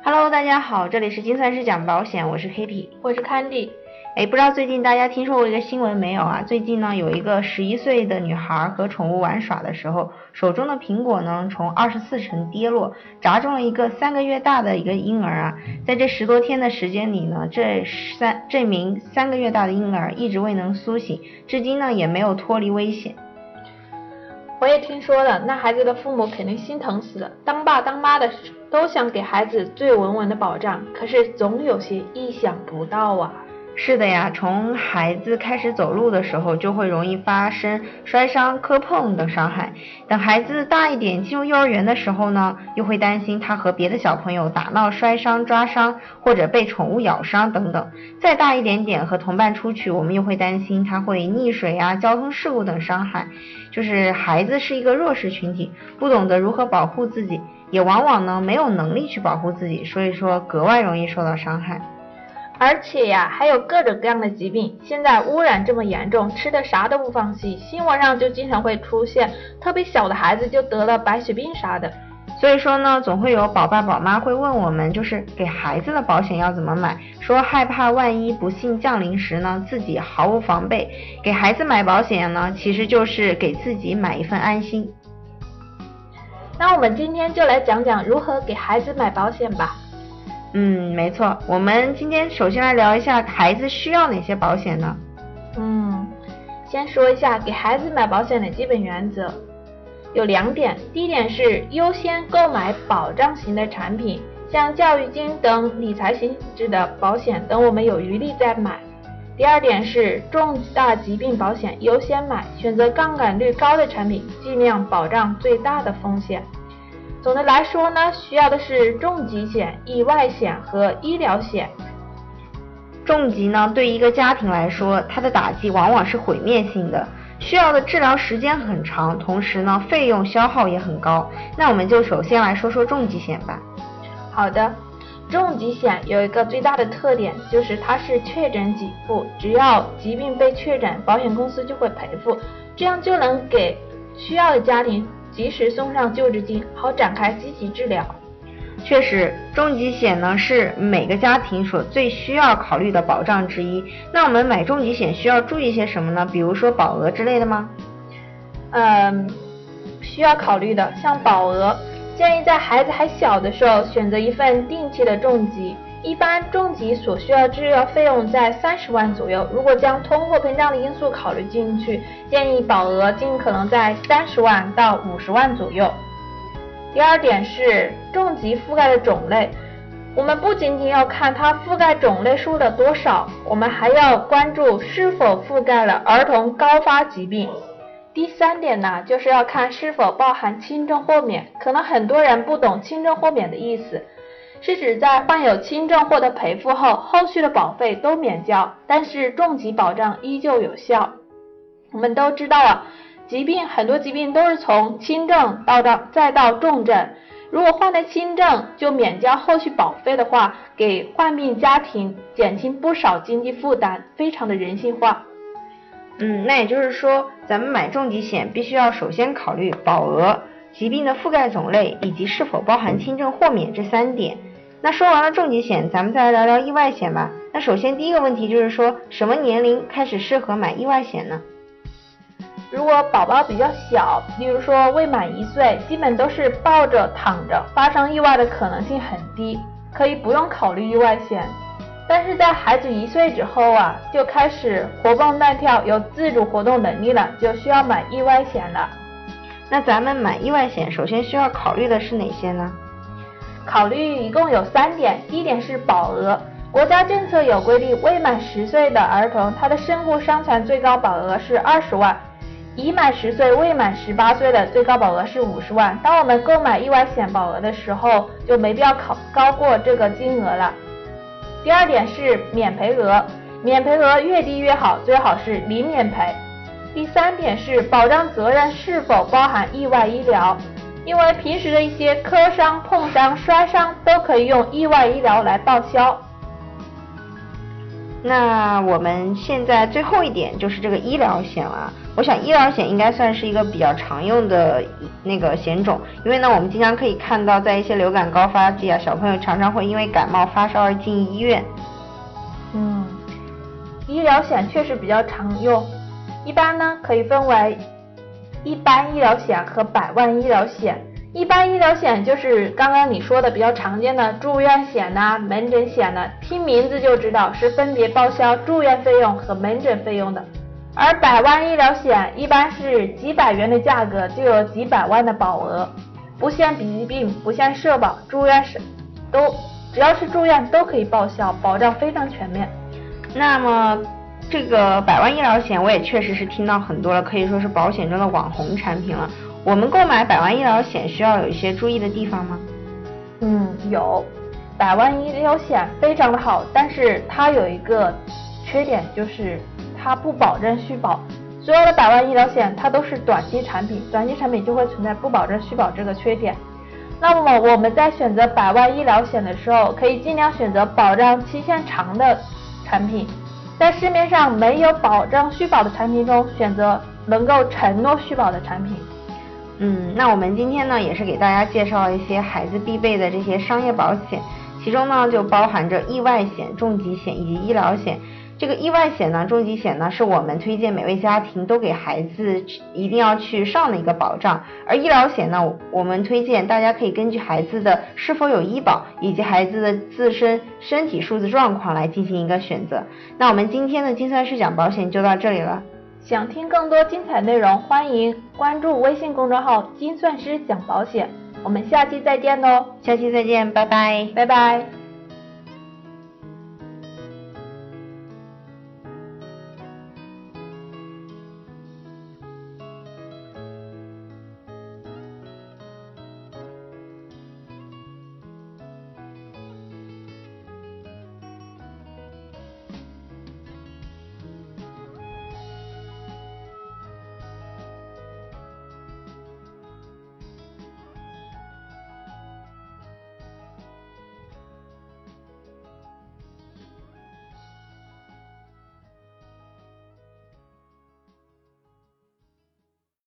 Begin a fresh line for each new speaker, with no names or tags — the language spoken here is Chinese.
Hello， 大家好，这里是精算师讲保险，我是 Kitty，
我是 Candy。
不知道最近大家听说过一个新闻没有啊？最近呢，有一个11岁的女孩和宠物玩耍的时候，手中的苹果呢从24层跌落，砸中了一个3个月大的一个婴儿啊。在这10多天的时间里呢，这名3个月大的婴儿一直未能苏醒，至今呢也没有脱离危险。
我也听说了，那孩子的父母肯定心疼死了，当爸当妈的都想给孩子最稳稳的保障，可是总有些意想不到啊。
是的呀，从孩子开始走路的时候就会容易发生摔伤、磕碰等伤害。等孩子大一点进入幼儿园的时候呢，又会担心他和别的小朋友打闹摔伤、抓伤，或者被宠物咬伤等等。再大一点点和同伴出去，我们又会担心他会溺水啊、交通事故等伤害。就是孩子是一个弱势群体，不懂得如何保护自己，也往往呢没有能力去保护自己，所以说格外容易受到伤害。
而且呀，还有各种各样的疾病，现在污染这么严重，吃的啥都不放心，新闻上就经常会出现特别小的孩子就得了白血病啥的。
所以说呢，总会有宝爸宝妈会问我们，就是给孩子的保险要怎么买，说害怕万一不幸降临时呢，自己毫无防备。给孩子买保险呢，其实就是给自己买一份安心。
那我们今天就来讲讲如何给孩子买保险吧。
没错，我们今天首先来聊一下孩子需要哪些保险呢？
先说一下给孩子买保险的基本原则，有2点。第一点是优先购买保障型的产品，像教育金等理财性质的保险，等我们有余力再买。第二点是重大疾病保险优先买，选择杠杆率高的产品，尽量保障最大的风险。总的来说呢，需要的是重疾险、意外险和医疗险。
重疾呢，对一个家庭来说，它的打击往往是毁灭性的，需要的治疗时间很长，同时呢，费用消耗也很高。那我们就首先来说说重疾险吧。
好的，重疾险有一个最大的特点，就是它是确诊给付，只要疾病被确诊，保险公司就会赔付，这样就能给需要的家庭及时送上救治金，好展开积极治疗。
确实，重疾险呢是每个家庭所最需要考虑的保障之一。那我们买重疾险需要注意些什么呢？比如说保额之类的吗？
需要考虑的，像保额，建议在孩子还小的时候选择一份定期的重疾。一般重疾所需要治疗费用在30万左右，如果将通货膨胀的因素考虑进去，建议保额尽可能在30万到50万左右。第二点是重疾覆盖的种类，我们不仅仅要看它覆盖种类数的多少，我们还要关注是否覆盖了儿童高发疾病。第3点呢，就是要看是否包含轻症豁免，可能很多人不懂轻症豁免的意思，是指在患有轻症获得赔付后，后续的保费都免交，但是重疾保障依旧有效。我们都知道啊，很多疾病都是从轻症再到重症，如果患了轻症就免交后续保费的话，给患病家庭减轻不少经济负担，非常的人性化。
那也就是说，咱们买重疾险必须要首先考虑保额、疾病的覆盖种类以及是否包含轻症豁免这3点。那说完了重疾险，咱们再来聊聊意外险吧。那首先第一个问题就是说，什么年龄开始适合买意外险呢？
如果宝宝比较小，例如说未满1岁，基本都是抱着躺着，发生意外的可能性很低，可以不用考虑意外险。但是在孩子1岁之后啊，就开始活蹦乱跳，有自主活动能力了，就需要买意外险了。
那咱们买意外险首先需要考虑的是哪些呢？
考虑一共有3点。第一点是保额，国家政策有规定，未满10岁的儿童，他的身故伤残最高保额是20万，已满10岁未满18岁的最高保额是50万。当我们购买意外险保额的时候，就没必要高过这个金额了。第2点是免赔额，免赔额越低越好，最好是零免赔。第3点是保障责任是否包含意外医疗，因为平时的一些磕伤、碰伤、摔伤都可以用意外医疗来报销。
那我们现在最后一点就是这个医疗险了。我想医疗险应该算是一个比较常用的那个险种，因为呢我们经常可以看到在一些流感高发季啊，小朋友常常会因为感冒发烧而进医院。
医疗险确实比较常用，一般呢可以分为一般医疗险和百万医疗险。一般医疗险就是刚刚你说的比较常见的住院险呐、门诊险呐，听名字就知道是分别报销住院费用和门诊费用的。而百万医疗险一般是几百元的价格就有几百万的保额，不限疾病，不限社保，住院是只要是住院都可以报销，保障非常全面。
那么这个百万医疗险我也确实是听到很多了，可以说是保险中的网红产品了。我们购买百万医疗险需要有一些注意的地方吗？
有。百万医疗险非常的好，但是它有一个缺点，就是它不保证续保。所有的百万医疗险它都是短期产品，短期产品就会存在不保证续保这个缺点。那么我们在选择百万医疗险的时候，可以尽量选择保障期限长的产品，在市面上没有保障续保的产品中，选择能够承诺续保的产品。
那我们今天呢也是给大家介绍了一些孩子必备的这些商业保险，其中呢就包含着意外险、重疾险以及医疗险。这个意外险呢、重疾险呢是我们推荐每位家庭都给孩子一定要去上的一个保障，而医疗险呢我们推荐大家可以根据孩子的是否有医保以及孩子的自身身体数字状况来进行一个选择。那我们今天的精算师讲保险就到这里了。
想听更多精彩内容，欢迎关注微信公众号精算师讲保险。我们下期再见喽！
下期再见，拜拜，
拜拜。